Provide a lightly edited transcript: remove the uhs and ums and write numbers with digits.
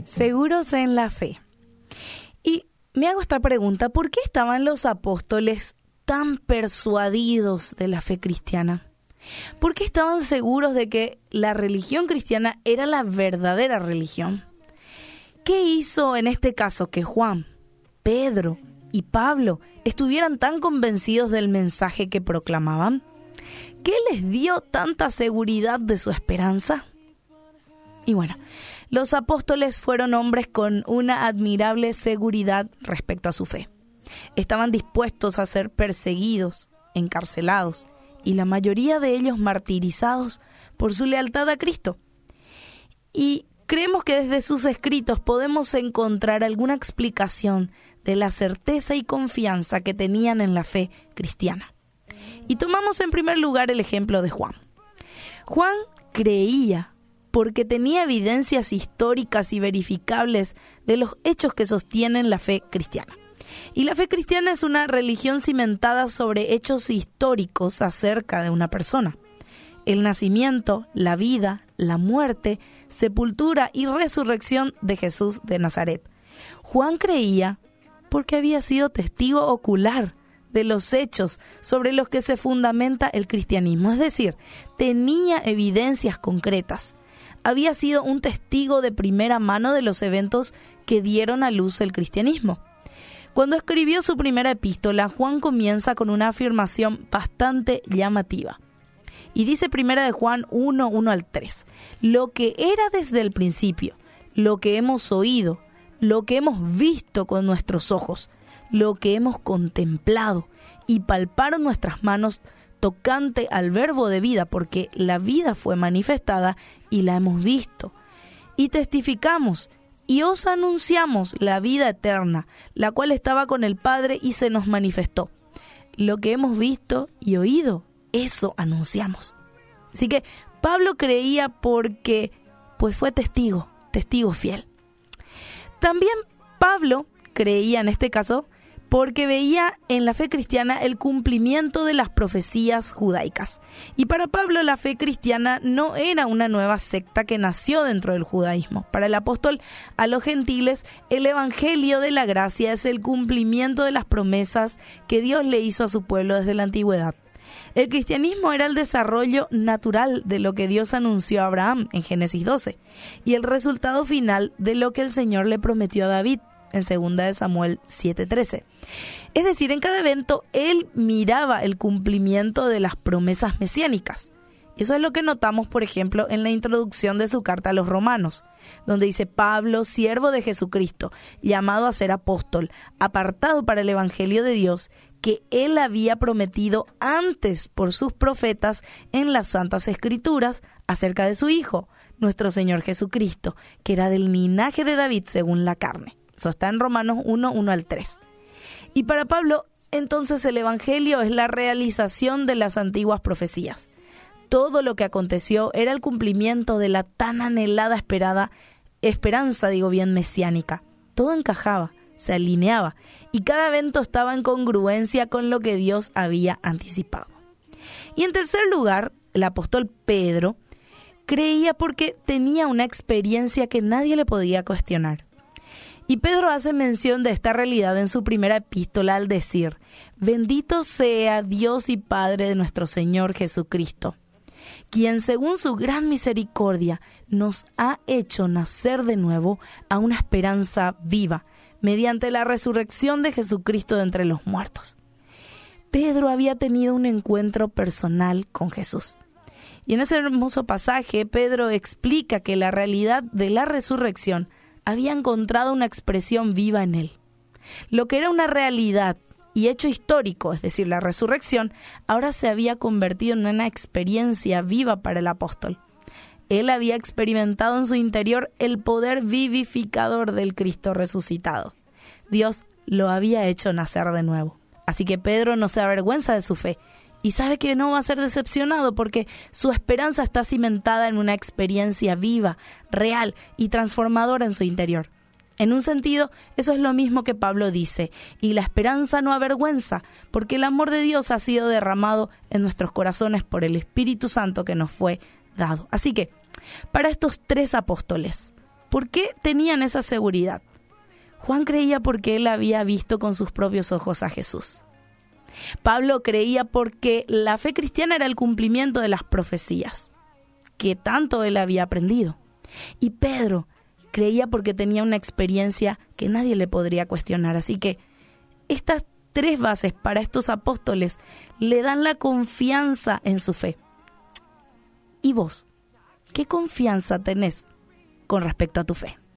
seguros en la fe. Y me hago esta pregunta, ¿por qué estaban los apóstoles tan persuadidos de la fe cristiana? ¿Por qué estaban seguros de que la religión cristiana era la verdadera religión? ¿Qué hizo en este caso que Juan, Pedro y Pablo estuvieran tan convencidos del mensaje que proclamaban? ¿Qué les dio tanta seguridad de su esperanza? Y bueno, los apóstoles fueron hombres con una admirable seguridad respecto a su fe. Estaban dispuestos a ser perseguidos, encarcelados y la mayoría de ellos martirizados por su lealtad a Cristo. Y creemos que desde sus escritos podemos encontrar alguna explicación de la certeza y confianza que tenían en la fe cristiana. Y tomamos en primer lugar el ejemplo de Juan. Juan creía porque tenía evidencias históricas y verificables de los hechos que sostienen la fe cristiana. Y la fe cristiana es una religión cimentada sobre hechos históricos acerca de una persona. El nacimiento, la vida, la muerte, sepultura y resurrección de Jesús de Nazaret. Juan creía porque había sido testigo ocular de los hechos sobre los que se fundamenta el cristianismo. Es decir, tenía evidencias concretas. Había sido un testigo de primera mano de los eventos que dieron a luz el cristianismo. Cuando escribió su primera epístola, Juan comienza con una afirmación bastante llamativa. Y dice primera de Juan 1, 1-3, lo que era desde el principio, lo que hemos oído, lo que hemos visto con nuestros ojos, lo que hemos contemplado y palparon nuestras manos tocante al verbo de vida, porque la vida fue manifestada y la hemos visto. Y testificamos y os anunciamos la vida eterna, la cual estaba con el Padre y se nos manifestó. Lo que hemos visto y oído, eso anunciamos. Así que Pablo creía porque pues fue testigo fiel. También Pablo creía en este caso porque veía en la fe cristiana el cumplimiento de las profecías judaicas. Y para Pablo la fe cristiana no era una nueva secta que nació dentro del judaísmo. Para el apóstol a los gentiles, el evangelio de la gracia es el cumplimiento de las promesas que Dios le hizo a su pueblo desde la antigüedad. El cristianismo era el desarrollo natural de lo que Dios anunció a Abraham en Génesis 12 y el resultado final de lo que el Señor le prometió a David en 2 de Samuel 7:13. Es decir, en cada evento él miraba el cumplimiento de las promesas mesiánicas. Y eso es lo que notamos, por ejemplo, en la introducción de su carta a los Romanos, donde dice: Pablo, siervo de Jesucristo, llamado a ser apóstol, apartado para el evangelio de Dios, que él había prometido antes por sus profetas en las Santas Escrituras acerca de su Hijo, nuestro Señor Jesucristo, que era del linaje de David según la carne. Eso está en Romanos 1, 1-3. Y para Pablo, entonces el evangelio es la realización de las antiguas profecías. Todo lo que aconteció era el cumplimiento de la tan anhelada esperanza mesiánica. Todo encajaba, se alineaba y cada evento estaba en congruencia con lo que Dios había anticipado. Y en tercer lugar, el apóstol Pedro creía porque tenía una experiencia que nadie le podía cuestionar. Y Pedro hace mención de esta realidad en su primera epístola al decir: bendito sea Dios y Padre de nuestro Señor Jesucristo, quien según su gran misericordia nos ha hecho nacer de nuevo a una esperanza viva, mediante la resurrección de Jesucristo de entre los muertos. Pedro había tenido un encuentro personal con Jesús. Y en ese hermoso pasaje, Pedro explica que la realidad de la resurrección había encontrado una expresión viva en él. Lo que era una realidad y hecho histórico, es decir, la resurrección, ahora se había convertido en una experiencia viva para el apóstol. Él había experimentado en su interior el poder vivificador del Cristo resucitado. Dios lo había hecho nacer de nuevo. Así que Pedro no se avergüenza de su fe y sabe que no va a ser decepcionado porque su esperanza está cimentada en una experiencia viva, real y transformadora en su interior. En un sentido, eso es lo mismo que Pablo dice: y la esperanza no avergüenza, porque el amor de Dios ha sido derramado en nuestros corazones por el Espíritu Santo que nos fue dado. Así que, para estos tres apóstoles, ¿Por qué tenían esa seguridad? Juan creía porque él había visto con sus propios ojos a Jesús. Pablo creía porque la fe cristiana era el cumplimiento de las profecías, que tanto él había aprendido. Y Pedro creía porque tenía una experiencia que nadie le podría cuestionar. Así que estas tres bases para estos apóstoles le dan la confianza en su fe. ¿Y vos? ¿Qué confianza tenés con respecto a tu fe?